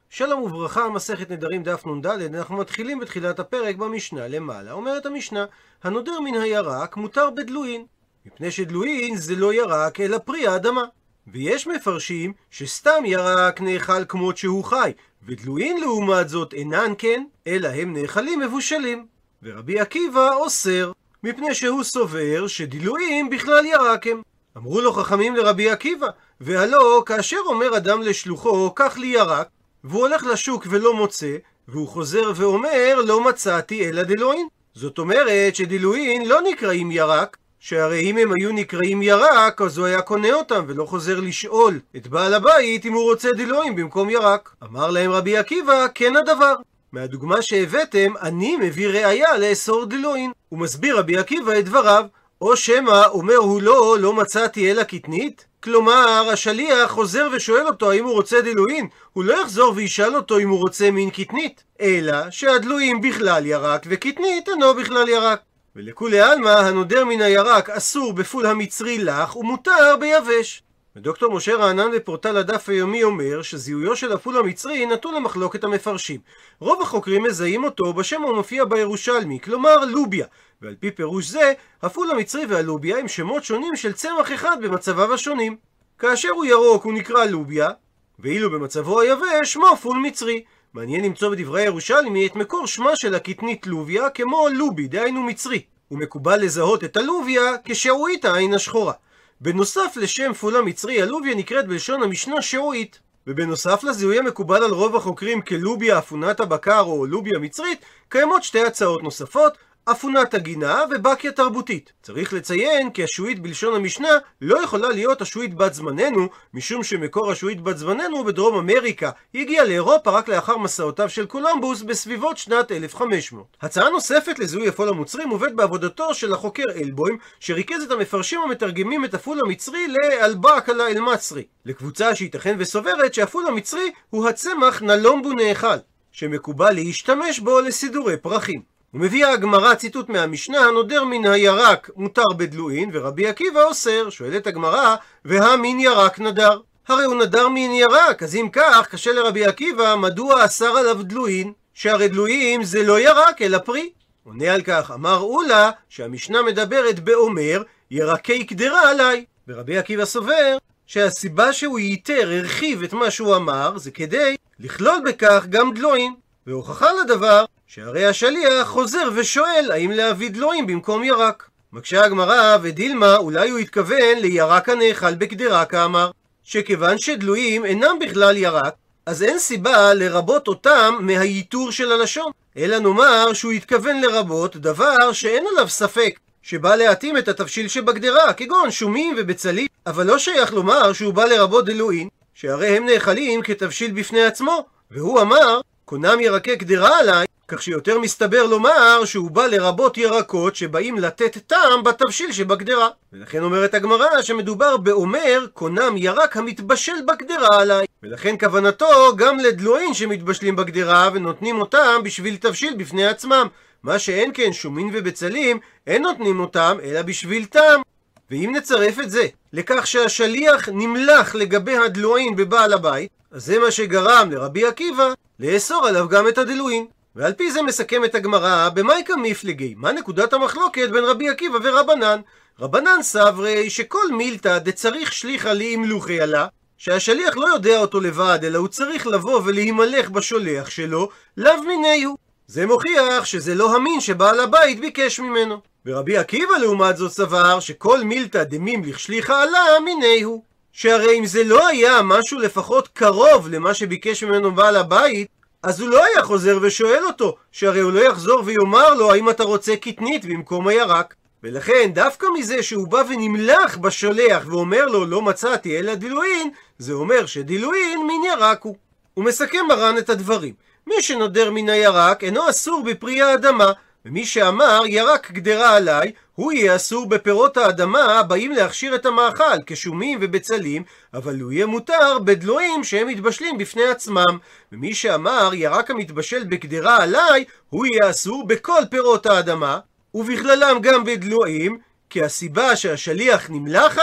שלום וברכה, מסכת נדרים דף נ"ד. אנחנו מתחילים בתחילת הפרק במשנה למעלה. אומרת המשנה, הנודר מן הירק מותר בדלוין, מפני שדלוין זה לא ירק אלא פרי האדמה. ויש מפרשים שסתם ירק נאכל כמות שהוא חי, ודלוין לעומת זאת אינן כן, אלא הם נאכלים מבושלים. ורבי עקיבא אוסר, מפני שהוא סובר שדלוין בכלל ירק הם. אמרו לו חכמים לרבי עקיבא, והלא כאשר אומר אדם לשלוחו קח לי ירק, והוא הולך לשוק ולא מוצא, והוא חוזר ואומר לא מצאתי אלא דלוין. זאת אומרת שדלוין לא נקראים ירק, שהרי אם הם היו נקראים ירק אז הוא היה קונה אותם ולא חוזר לשאול את בעל הבית אם הוא רוצה דלוין במקום ירק. אמר להם רבי עקיבא, כן הדבר. מהדוגמה שהבאתם אני מביא ראיה לאסור דלוין. הוא מסביר רבי עקיבא את דבריו, או שמא אומר הוא לא מצאתי אלא קטנית? כלומר, השליח חוזר ושואל אותו האם הוא רוצה דלוין, הוא לא יחזור וישאל אותו אם הוא רוצה מין קטנית, אלא שהדלוין בכלל ירק וקטנית אינו בכלל ירק. ולכולי עלמא הנודר מן הירק אסור בפול המצרי לך ומותר ביבש. ודוקטור משה רענן בפורטל הדף היומי אומר שזיהויו של הפול המצרי נתון למחלוקת המפרשים. רוב החוקרים מזהים אותו בשם המופיע בירושלמי, כלומר לוביה, ועל פי פירוש זה, הפול המצרי והלוביה הם שמות שונים של צמח אחד במצביו השונים. כאשר הוא ירוק הוא נקרא לוביה, ואילו במצבו היבש שמו פול מצרי. מעניין למצוא בדברי הירושלמי את מקור שמה של הקטנית לוביה כמו לובי, דהיינו מצרי. ומקובל לזהות את הלוביה כשעועית העין השחורה. בנוסף לשם פול המצרי, הלוביה נקראת בלשון המשנה שעועית. ובנוסף לזיהוי המקובל על רוב החוקרים כלוביה אפונת הבקר או לוביה מצרית, קיימות שתי הצעות נוספות, אפונת הגינה ובקיה תרבותית. צריך לציין כי השעועית בלשון המשנה לא יכולה להיות השעועית בת זמננו, משום שמקור השעועית בת זמננו בדרום אמריקה. היא הגיעה לאירופה רק לאחר מסעותיו של קולומבוס בסביבות שנת 1500. הצעה נוספת לזיהוי הפול המצרי מובאת בעבודתו של החוקר אלבוים, שריכז את המפרשים המתרגמים את הפול המצרי לאלבקלה אל-מצרי, לקבוצה שייתכן וסוברת שהפול המצרי הוא הצמח נלומבו נאכל, שמקובל להשתמש בו לסידורי פרחים. ומביאה הגמרא ציטוט מהמשנה, הנודר מן הירק מותר בדלוין ורבי עקיבא אוסר. שואלת הגמרא, והמין ירק נדר? הרי הוא נדר מן ירק, אז אם כך קשה לרבי עקיבא מדוע אסר עליו דלוין, שהרי דלויים זה לא ירק אלא פרי. עונה על כך אמר אולה שהמשנה מדברת באומר ירקי קדרה עליי, ורבי עקיבא סובר שהסיבה שהוא ייתר הרחיב את מה שהוא אמר זה כדי לכלול בכך גם דלוין, והוכחה לדבר שהרי השליח חוזר ושואל האם להביא דלוין במקום ירק. מקשה הגמרא, ודילמה אולי הוא התכוון לירק הנאכל בקדרה כאמר, שכיוון שדלויים אינם בכלל ירק אז אין סיבה לרבות אותם מהייתור של הלשון, אלא נאמר שהוא התכוון לרבות דבר שאין עליו ספק שבא להתאים את התבשיל שבקדרה, כגון שומים ובצלים, אבל לא שייך לומר שהוא בא לרבות דלוין, שהרי הם נאכלים כתבשיל בפני עצמו, והוא אמר קונם ירקי קדרה עליי, כך שיותר מסתבר לומר שהוא בא לרבות ירקות שבאים לתת טעם בתבשיל שבקדרה. ולכן אומרת הגמרא שמדובר באומר קונם ירק המתבשל בקדרה עליי, ולכן כוונתו גם לדלוין שמתבשלים בקדרה ונותנים אותם בשביל תבשיל בפני עצמם, מה שאין כן שומין ובצלים אין נותנים אותם אלא בשביל טעם. ואם נצרף את זה לכך שהשליח נמלח לגבי הדלוין בבעל הבית, אז זה מה שגרם לרבי עקיבא לאסור עליו גם את הדלוין. ועל פי זה מסכם את הגמרא במייקה מפלגי, מה נקודת המחלוקת בין רבי עקיבא ורבנן? רבנן סברי שכל מילתא דצריך שליחה להימלוכי עלה, שהשליח לא יודע אותו לבד אלא הוא צריך לבוא ולהימלך בשולח שלו, לאו מיניהו. זה מוכיח שזה לא המין שבעל הבית ביקש ממנו. ורבי עקיבא לעומת זאת סבר שכל מילתא דמימליך שליחה עלה מיניהו, שהרי אם זה לא היה משהו לפחות קרוב למה שביקש ממנו בעל הבית, אז הוא לא היה חוזר ושואל אותו, שהרי הוא לא יחזור ויאמר לו האם אתה רוצה קטנית במקום הירק. ולכן דווקא מזה שהוא בא ונמלח בשולח ואומר לו לא מצאתי אלא דלוין, זה אומר שדלוין מן ירק הוא. הוא מסכם מרן את הדברים, מי שנודר מן הירק אינו אסור בפרי האדמה, ומי שאמר ירק קדרה עליי הוא יהיה אסור בפירות האדמה הבאים להכשיר את המאכל כשומים ובצלים, אבל הוא יהיה מותר בדלויים שהם מתבשלים בפני עצמם. ומי שאמר ירק המתבשל בקדרה עליי הוא יהיה אסור בכל פירות האדמה ובכללם גם בדלויים, כי הסיבה שהשליח נמלח עליהם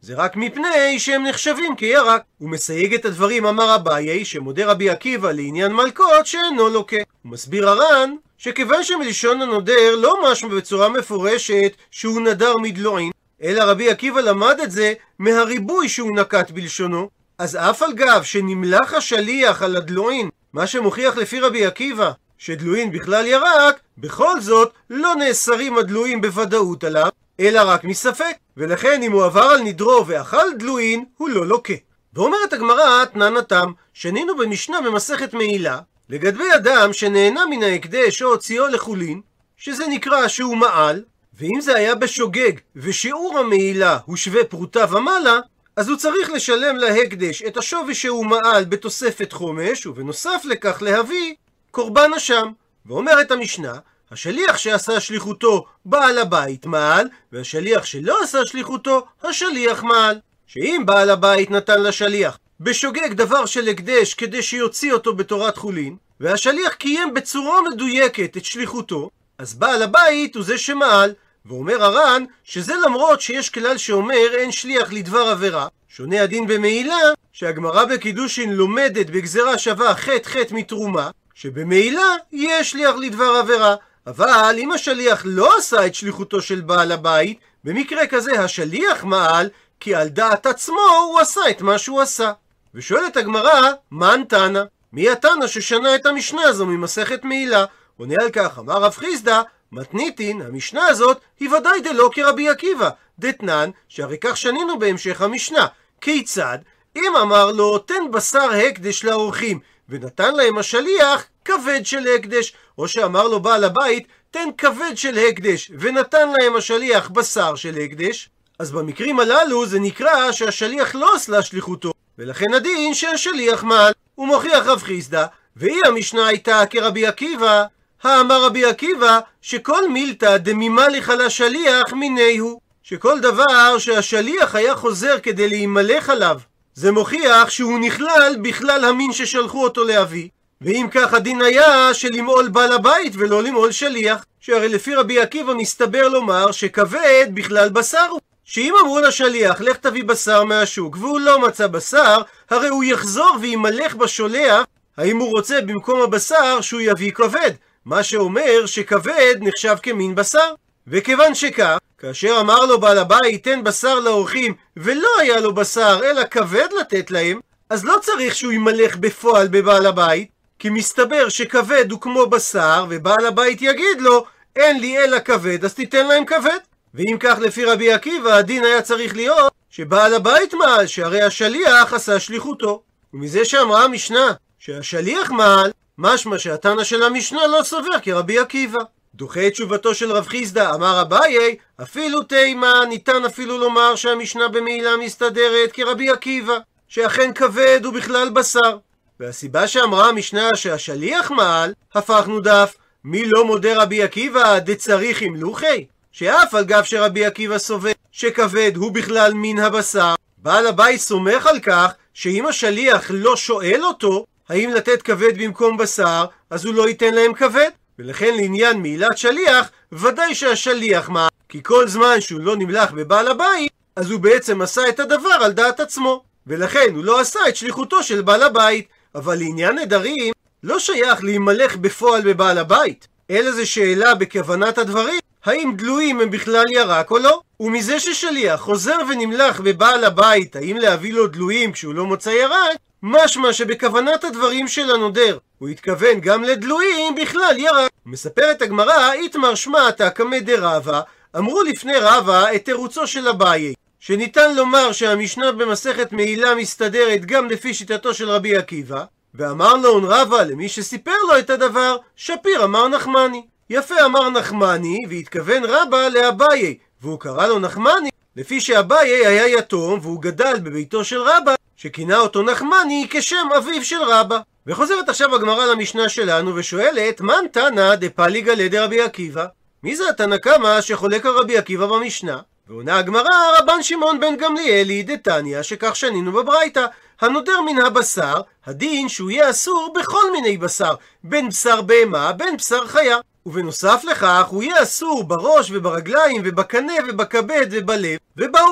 זה רק מפני שהם נחשבים כירק. הוא מסייג את הדברים, אמר אביי, שמודה רבי עקיבא לעניין מלקות שאינו לוקה. הוא מסביר הר"ן שכיוון שמלשון הנודר לא משמע בצורה מפורשת שהוא נדר מדלועין, אלא רבי עקיבא למד את זה מהריבוי שהוא נקט בלשונו, אז אף על גב שנמלח השליח על הדלועין, מה שמוכיח לפי רבי עקיבא שדלועין בכלל ירק, בכל זאת לא נאסרים הדלויים בוודאות עליו, אלא רק מספק, ולכן אם הוא עבר על נדרו ואכל דלויים, הוא לא לוקה. ואומרת הגמרא תנן התם, שנינו במשנה במסכת מעילה, לגבי אדם שנהנה מן ההקדש או הוציאו לחולין, שזה נקרא שהוא מעל, ואם זה היה בשוגג ושיעור המעילה הוא שווה פרוטה ומעלה, אז הוא צריך לשלם להקדש את השווי שהוא מעל בתוספת חומש, ובנוסף לכך להביא קורבן אשם. ואומרת המשנה, השליח שעשה שליחותו בעל הבית מעל, והשליח שלא עשה שליחותו השליח מעל. שאם בעל הבית נתן לשליח בשוגג דבר של הקדש כדי שיוציא אותו בתורת חולין, והשליח קיים בצורה מדויקת את שליחותו, אז בעל הבית הוא זה שמעל. ואומר הר"ן שזה למרות שיש כלל שאומר אין שליח לדבר עבירה. שונה הדין במעילה, שהגמרא בקידושין לומדת בגזרה שווה ח' מתרומה, שבמעילה יש שליח לדבר עבירה. אבל אם השליח לא עשה את שליחותו של בעל הבית, במקרה כזה השליח מעל, כי על דעת עצמו הוא עשה את מה שהוא עשה. ושואלת הגמרא, מן תנא? מי התנא ששנה את המשנה הזו ממסכת מעילה? עונה על כך, אמר רב חיסדא, מתניתין, המשנה הזאת היא ודאי דלא כרבי עקיבא, דתנן, שהרי כך שנינו בהמשך המשנה. כיצד? אם אמר לו תן בשר הקדש לאורחים, ונתן להם השליח כבד של הקדש, או שאמר לו בעל הבית תן כבד של הקדש, ונתן להם השליח בשר של הקדש, אז במקרים הללו זה נקרא שהשליח לא עשה שליחותו, ולכן הדין שהשליח מעל. הוא מוכיח רב חיסדא, והיא המשנה הייתה כרבי עקיבא, האמר רבי עקיבא שכל מילתא דמימליך על השליח מיני הוא, שכל דבר שהשליח היה חוזר כדי להימלך עליו, זה מוכיח שהוא נכלל בכלל המין ששלחו אותו להביא. ואם כך הדין היה שלמעול בעל הבית ולא למעול שליח, שהרי לפי רבי עקיבא מסתבר לומר שכבד בכלל בשר הוא, שאם אמרו לשליח לך תביא בשר מהשוק והוא לא מצא בשר, הרי הוא יחזור וימלך בשולח האם הוא רוצה במקום הבשר שהוא יביא כבד, מה שאומר שכבד נחשב כמין בשר. וכיוון שכך, כאשר אמר לו בעל הבית תן בשר לאורחים ולא היה לו בשר אלא כבד לתת להם, אז לא צריך שהוא ימלך בפועל בבעל הבית, כי מסתבר שכבד הוא כמו בשר, ובעל הבית יגיד לו אין לי אלא כבד אז תיתן להם כבד. ואם כך לפי רבי עקיבא הדין היה צריך להיות שבעל הבית מעל, שהרי השליח עשה שליחותו. ומזה שאמרה המשנה שהשליח מעל, משמע שהתנא של המשנה לא סובר כרבי עקיבא. דוחה את תשובתו של רב חיסדא, אמר אביי, אפילו תימה, ניתן אפילו לומר שהמשנה במעילה מסתדרת כרבי עקיבא, שאכן כבד הוא בכלל בשר. והסיבה שאמרה המשנה שהשליח מעל, הפכנו דף, מי לא מודה רבי עקיבא דצריך ימלוכי? שאף על גב שרבי עקיבא סובר שכבד הוא בכלל מן הבשר, בעל הבית סומך על כך שאם השליח לא שואל אותו האם לתת כבד במקום בשר, אז הוא לא ייתן להם כבד. ולכן לעניין מעילת שליח, ודאי שהשליח מעל, כי כל זמן שהוא לא נמלך בבעל הבית, אז הוא בעצם עשה את הדבר על דעת עצמו, ולכן הוא לא עשה את שליחותו של בעל הבית. אבל לעניין נדרים, לא שייך להימלך בפועל בבעל הבית, אלא זה שאלה בכוונת הדברים, האם דלויים הם בכלל ירק או לא. ומזה ששליח חוזר ונמלך בבעל הבית, האם להביא לו דלויים כשהוא לא מוצא ירק, משמע שבכוונת הדברים של הנודר הוא התכוון גם לדלויים בכלל ירק. מספרת הגמרא, איתמר שמעתא קמא דרבא, אמרו לפני רבא את תירוצו של אביי, שניתן לומר שהמשנה במסכת מעילה מסתדרת גם לפי שיטתו של רבי עקיבא, ואמר לו רבא למי שסיפר לו את הדבר, שפיר אמר נחמני. יפה אמר נחמני, והתכוון רבא לאביי, והוא קרא לו נחמני לפי שאביי היה יתום והוא גדל בביתו של רבא, שכינה אותו נחמני כשם אביו של רבא. וחוזרת עכשיו הגמרא למשנה שלנו ושואלת, מן תנא דפליגא לדרבי עקיבא? מי זה התנא קמא שחולק על רבי עקיבא במשנה? ועונה הגמרא, רבן שמעון בן גמליאלי דתניא, שכך שנינו בברייתא, הנודר מן הבשר, הדין שהוא יהיה אסור בכל מיני בשר, בין בשר בהמה, בין בשר חיה. ובנוסף לכך הוא יהיה אסור בראש וברגליים ובקנה ובכבד ובלב ובעופות,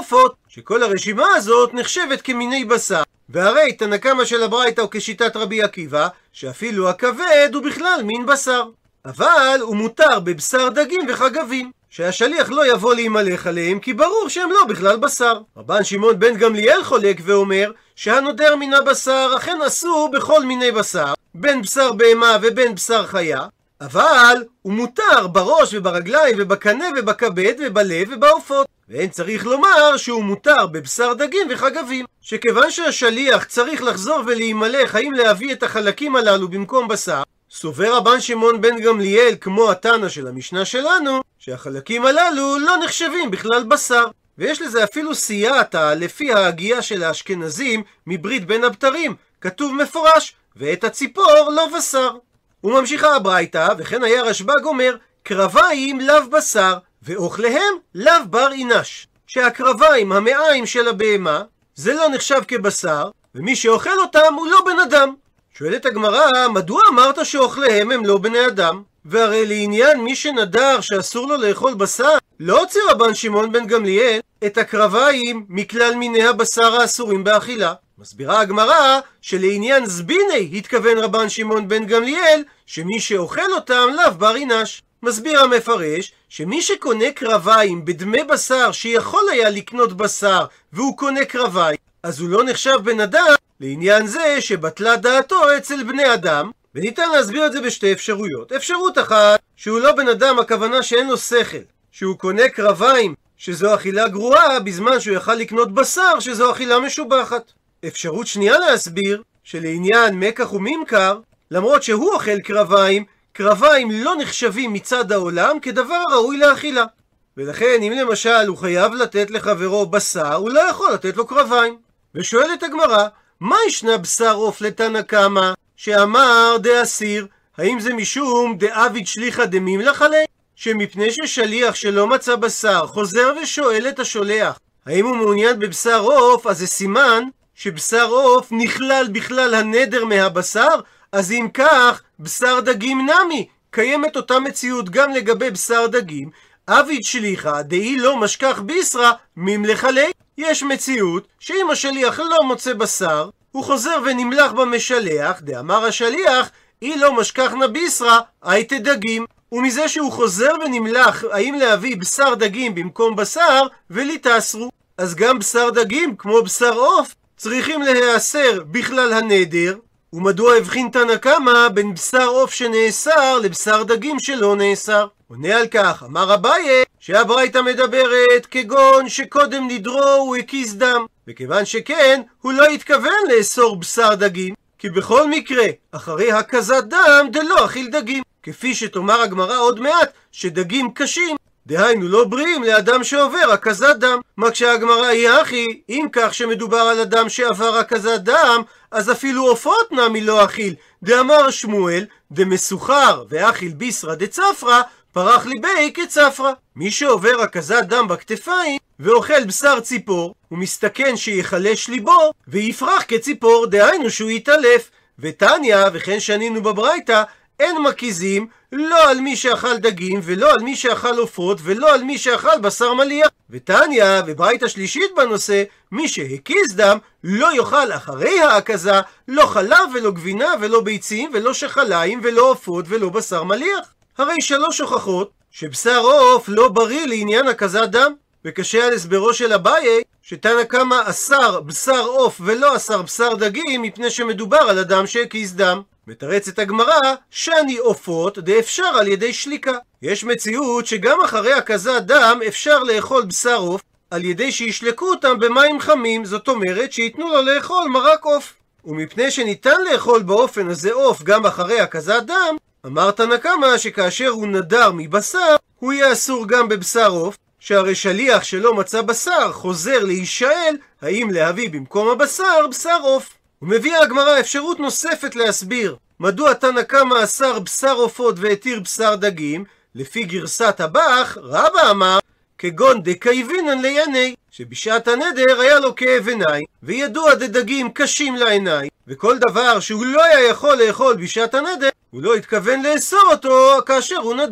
שכל הרשימה הזאת נחשבת כמיני בשר. והרי תנא קמא של הברייתא הוא כשיטת רבי עקיבא, שאפילו הכבד הוא בכלל מין בשר. אבל הוא מותר בבשר דגים וחגבים, שהשליח לא יבוא להימלך עליהם, כי ברור שהם לא בכלל בשר. רבן שמעון בן גמליאל חולק ואומר שהנודר מן הבשר אכן אסור בכל מיני בשר, בין בשר בהמה ובין בשר חיה, אבל הוא מותר בראש וברגליים ובקנה ובכבד ובלב ובעופות. ואין צריך לומר שהוא מותר בבשר דגים וחגבים, שכיוון שהשליח צריך לחזור ולהימלך האם להביא את החלקים הללו במקום בשר, סובר רבן שמעון בן גמליאל כמו התנא של המשנה שלנו, שהחלקים הללו לא נחשבים בכלל בשר. ויש לזה אפילו סייעתא לפי ההגייה של האשכנזים מברית בין הבתרים, כתוב מפורש, ואת הציפור לא בשר. וממשיכה הברייתא, וכן היה רשב"ג אומר, קרביים לאו בשר, ואוכליהם לאו בר אינש. שהקרביים, המעיים של הבהמה, זה לא נחשב כבשר, ומי שאוכל אותם הוא לא בן אדם. שואלת הגמרא, מדוע אמרת שאוכליהם הם לא בני אדם? והרי לעניין מי שנדר שאסור לו לאכול בשר, לא הוציא רבן שמעון בן גמליאל את הקרביים מכלל מיני הבשר האסורים באכילה. מסבירה הגמרא שלעניין זביני התכוון רבן שמעון בן גמליאל שמי שאוכל אותם לאו בר אינש. מסביר המפרש שמי שקונה קרביים בדמי בשר שיכול היה לקנות בשר והוא קונה קרביים, אז הוא לא נחשב בן אדם, לעניין זה שבטלה דעתו אצל בני אדם. וניתן להסביר את זה בשתי אפשרויות. אפשרות אחת, שהוא לא בן אדם, הכוונה שאין לו שכל, שהוא קונה קרביים שזו אכילה גרועה בזמן שהוא יכל לקנות בשר שזו אכילה משובחת. אפשרות שנייה להסביר שלעניין מקח וממכר, למרות שהוא אוכל קרביים, קרביים לא נחשבים מצד העולם כדבר ראוי לאכילה, ולכן אם למשל הוא חייב לתת לחברו בשר, הוא לא יכול לתת לו קרביים. ושואלת הגמרא, מה ישנה בשר עוף לתנא קמא שאמר דאסיר? האם זה משום דאביד שליחא דמימלך עלי? שמפני ששליח שלא מצא בשר חוזר ושואל את השולח האם הוא מעוניין בבשר עוף, אז זה סימן שבשר עוף נכלל בכלל הנדר מהבשר. אז אם כך, בשר דגים נמי, קיימת אותה מציאות גם לגבי בשר דגים. אביד שליחא דאי לא משכח ביסרא מימלך עלי. יש מציאות שאם השליח לא מוצא בשר, הוא חוזר ונמלח במשלח, דאמר השליח, אי לא משכחנה ביסרא, הייתה דגים. ומזה שהוא חוזר ונמלח האם להביא בשר דגים במקום בשר, ולי תאסרו. אז גם בשר דגים, כמו בשר עוף, צריכים להיאסר בכלל הנדר. ומדוע הבחין תנא קמא בין בשר עוף שנאסר לבשר דגים שלא נאסר? עונה על כך, אמר אביי, שהברייתא מדברת כגון שקודם נדרו הוא הקיז דם, וכיוון שכן, הוא לא התכוון לאסור בשר דגים, כי בכל מקרה, אחרי הקזת דם דלא אכיל דגים, כפי שתאמר הגמרא עוד מעט, שדגים קשים, דהיינו לא בריאים לאדם שעובר הקזת דם. מה כשהגמרא היא אחי, אם כך שמדובר על אדם שעבר הקזת דם, אז אפילו עופות נמי לא אכיל, דאמר שמואל, דמסוחר ואכיל ביסרא דצפרא, פרח ליבי כצפרא. מי שעובר הקזת דם בכתפיים ואוכל בשר ציפור, הוא מסתכן שיחלש ליבו ויפרח כציפור, דהיינו שהוא יתעלף. ותניא, וכן שנינו בברייתא, אין מקיזים לא על מי שאכל דגים ולא על מי שאכל עופות ולא על מי שאכל בשר מליח. ותניא, וברייתא שלישית בנושא, מי שהקיז דם לא יאכל אחרי ההקזה לא חלב ולא גבינה ולא ביצים ולא שחליים ולא עופות ולא בשר מליח. הרי 3 הוכחות שבשר עוף לא בריא לעניין הקזת דם. וקשה על הסברו של אביי שתנא קמא אסר בשר עוף ולא אסר בשר דגים מפני שמדובר על אדם שהקיז דם. מתרצת הגמרא, שני עופות דאפשר על ידי שליקה. יש מציאות שגם אחרי הקזת דם אפשר לאכול בשר עוף על ידי שישלקו אותם במים חמים, זאת אומרת שיתנו לו לאכול מרק עוף. ומפני שניתן לאכול באופן הזה עוף גם אחרי הקזת דם, אמר תנא קמא שכאשר הוא נדר מבשר, הוא יהיה אסור גם בבשר עוף, שהרי שליח שלא מצא בשר חוזר להישאל האם להביא במקום הבשר בשר עוף. ומביאה הגמרא אפשרות נוספת להסביר מדוע תנא קמא אסר בשר עופות והתיר בשר דגים. לפי גרסת הבח, רבא אמר כגון דקייבינן לעיני, שבשעת הנדר היה לו כאב עיניים, וידוע דדגים קשים לעיניים, וכל דבר שהוא לא היה יכול לאכול בשעת הנדר, הוא לא התכוון לאסור אותו כאשר הוא נדר.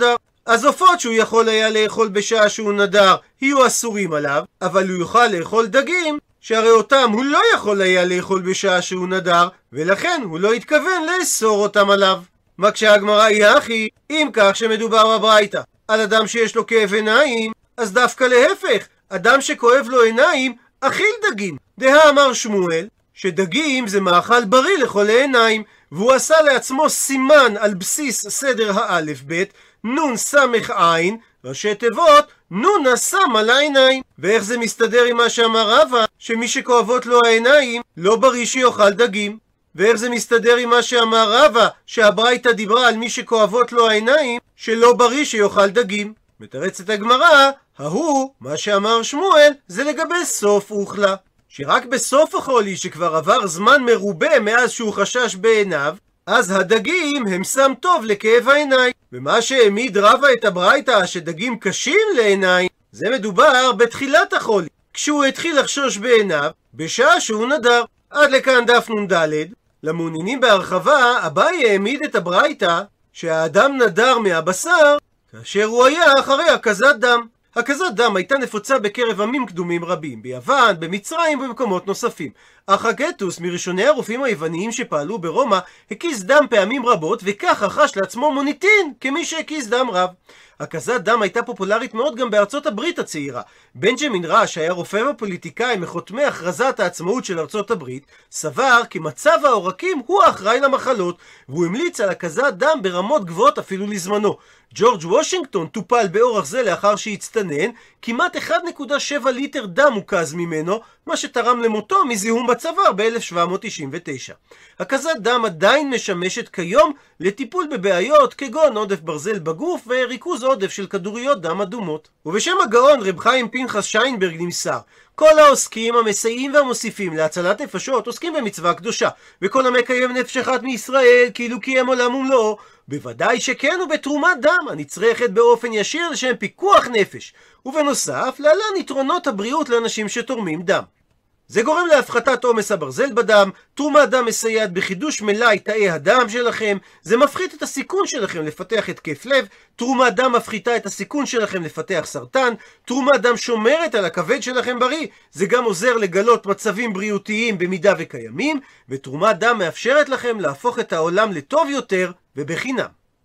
אז עופות שהוא יכול היה לאכול בשעה שהוא נדר יהיו אסורים עליו, אבל הוא יוכל לאכול דגים שהרי אותם הוא לא יכול היה לאכול בשעה שהוא נדר, ולכן הוא לא התכוון לאסור אותם עליו. מקשה הגמרא היא אחי, אם כך שמדובר בברייתא על אדם שיש לו כאב עיניים, אז דווקא להפך, אדם שכואב לו עיניים אכיל דגים. אמר שמואל שדגים זה מאכל בריא לחולי עיניים, והוא עשה לעצמו סימן על בסיס סדר האלף בית, נון סמך עין, ראשי תיבות נון הסם על העיניים. ואיך זה מסתדר עם מה שאמר רבא, שמי שכואבות לו העיניים לא בריא שיאכל דגים? ואיך זה מסתדר עם מה שאמר רבא, שהברייתא דיברה על מי שכואבות לו העיניים שלא בריא שיאכל דגים? מתרצת הגמרא, ההוא, מה שאמר שמואל, זה לגבי סוף אוכלה, שרק בסוף החולי שכבר עבר זמן מרובה מאז שהוא חשש בעיניו, אז הדגים הם סם טוב לכאב העיניים. ומה שהעמיד רבא את הברייתא שדגים קשים לעיניים, זה מדובר בתחילת החולי, כשהוא התחיל לחשוש בעיניו בשעה שהוא נדר. עד לכאן דף נ"ד. למעוניינים בהרחבה, אביי העמיד את הברייתא שהאדם נדר מהבשר כאשר הוא היה אחרי הקזת דם. הקזת דם הייתה נפוצה בקרב עמים קדומים רבים, ביוון, במצרים ובמקומות נוספים. אך הגטוס, מראשוני הרופאים היווניים שפעלו ברומא, הקיז דם פעמים רבות, וכך רכש לעצמו מוניטין כמי שהקיז דם רב. הקזת דם הייתה פופולרית מאוד גם בארצות הברית הצעירה. בנג'מין ראש, שהיה רופא ופוליטיקאי מחותמי הכרזת העצמאות של ארצות הברית, סבר כי מצב העורקים הוא האחראי למחלות, והוא המליץ על הקזת דם ברמות גבוהות אפילו לזמנו. ג'ורג' וושינגטון טופל באורח זה לאחר שהצטנן, כמעט 1.7 ליטר דם הוקז ממנו, מה שתרם למותו מזיהום בצוואר ב-1799. הקזת דם עדיין משמשת כיום לטיפול בבעיות כגון עודף ברזל בגוף וריכוז עודף של כדוריות דם אדומות. ובשם הגאון רב חיים פנחס שיינברג נמסר, כל העוסקים, המסייעים והמוסיפים להצלת נפשות עוסקים במצווה קדושה, וכל המקיים נפש אחת מישראל כאילו קיים עולם ומלואו, בוודאי שכן ובתרומת דם הנצרכת באופן ישיר לשם פיקוח נפש. ובנוסף, להלן יתרונות הבריאות לאנשים שתורמים דם. זה גורם להפחתת עומס הברזל בדם, תרומת דם מסייעת בחידוש מלאי תאי הדם שלכם, זה מפחית את הסיכון שלכם לפתח התקף לב, תרומת דם מפחיתה את הסיכון שלכם לפתח סרטן, תרומת דם שומרת על הכבד שלכם בריא, זה גם עוזר לגלות מצבים בריאותיים במידה וקיימים, ותרומת דם מאפשרת לכם להפוך את העולם לטוב יותר ובחינם.